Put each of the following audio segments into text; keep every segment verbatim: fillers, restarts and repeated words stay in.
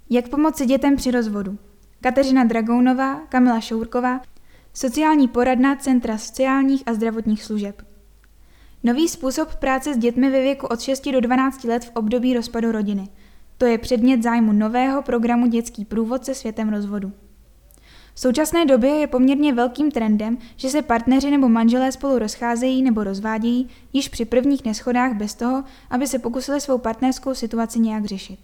Jak pomoci dětem při rozvodu? Kateřina Dragounová, Kamila Šourková, sociální poradna Centra sociálních a zdravotních služeb. Nový způsob práce s dětmi ve věku od šesti do dvanácti let v období rozpadu rodiny. To je předmět zájmu nového programu Dětský průvodce světem rozvodu. V současné době je poměrně velkým trendem, že se partneři nebo manželé spolu rozcházejí nebo rozvádějí již při prvních neshodách bez toho, aby se pokusili svou partnerskou situaci nějak řešit.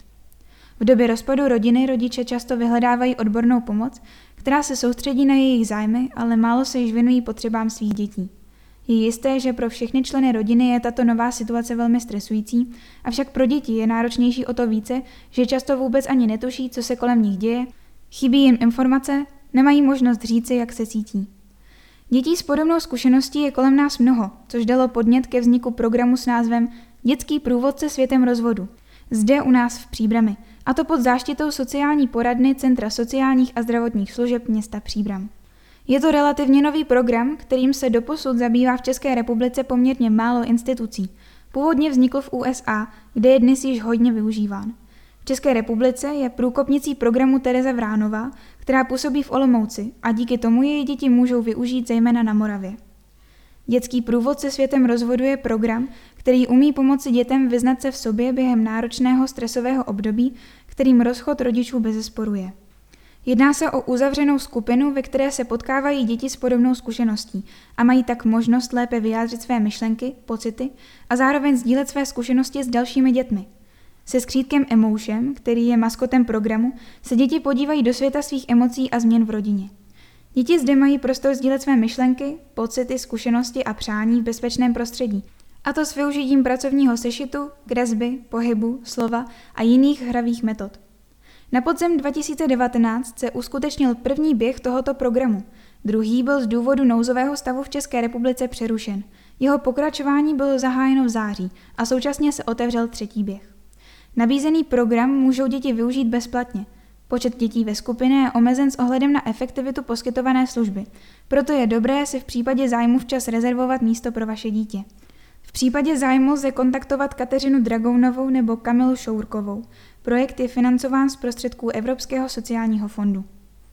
V době rozpadu rodiny rodiče často vyhledávají odbornou pomoc, která se soustředí na jejich zájmy, ale málo se již věnují potřebám svých dětí. Je jisté, že pro všechny členy rodiny je tato nová situace velmi stresující, avšak pro děti je náročnější o to více, že často vůbec ani netuší, co se kolem nich děje, chybí jim informace, nemají možnost říci, jak se cítí. Dětí s podobnou zkušeností je kolem nás mnoho, což dalo podnět ke vzniku programu s názvem Dětský průvodce světem rozvodu. Zde u nás v Příbrami, a to pod záštitou sociální poradny Centra sociálních a zdravotních služeb města Příbram. Je to relativně nový program, kterým se doposud zabývá v České republice poměrně málo institucí. Původně vznikl v U S A, kde je dnes již hodně využíván. V České republice je průkopnicí programu Tereza Vránová, která působí v Olomouci a díky tomu její děti můžou využít zejména na Moravě. Dětský průvodce světem rozvodu je program, který umí pomoci dětem vyznat se v sobě během náročného stresového období, kterým rozchod rodičů bezesporu je. Jedná se o uzavřenou skupinu, ve které se potkávají děti s podobnou zkušeností a mají tak možnost lépe vyjádřit své myšlenky, pocity a zároveň sdílet své zkušenosti s dalšími dětmi. Se skřítkem Emotion, který je maskotem programu, se děti podívají do světa svých emocí a změn v rodině. Děti zde mají prostor sdílet své myšlenky, pocity, zkušenosti a přání v bezpečném prostředí, a to s využitím pracovního sešitu, kresby, pohybu, slova a jiných hravých metod. Na podzim dva tisíce devatenáct se uskutečnil první běh tohoto programu. Druhý byl z důvodu nouzového stavu v České republice přerušen. Jeho pokračování bylo zahájeno v září a současně se otevřel třetí běh. Nabízený program můžou děti využít bezplatně. Počet dětí ve skupině je omezen s ohledem na efektivitu poskytované služby, proto je dobré si v případě zájmu včas rezervovat místo pro vaše dítě. V případě zájmu lze kontaktovat Kateřinu Dragounovou nebo Kamilu Šourkovou. Projekt je financován z prostředků Evropského sociálního fondu.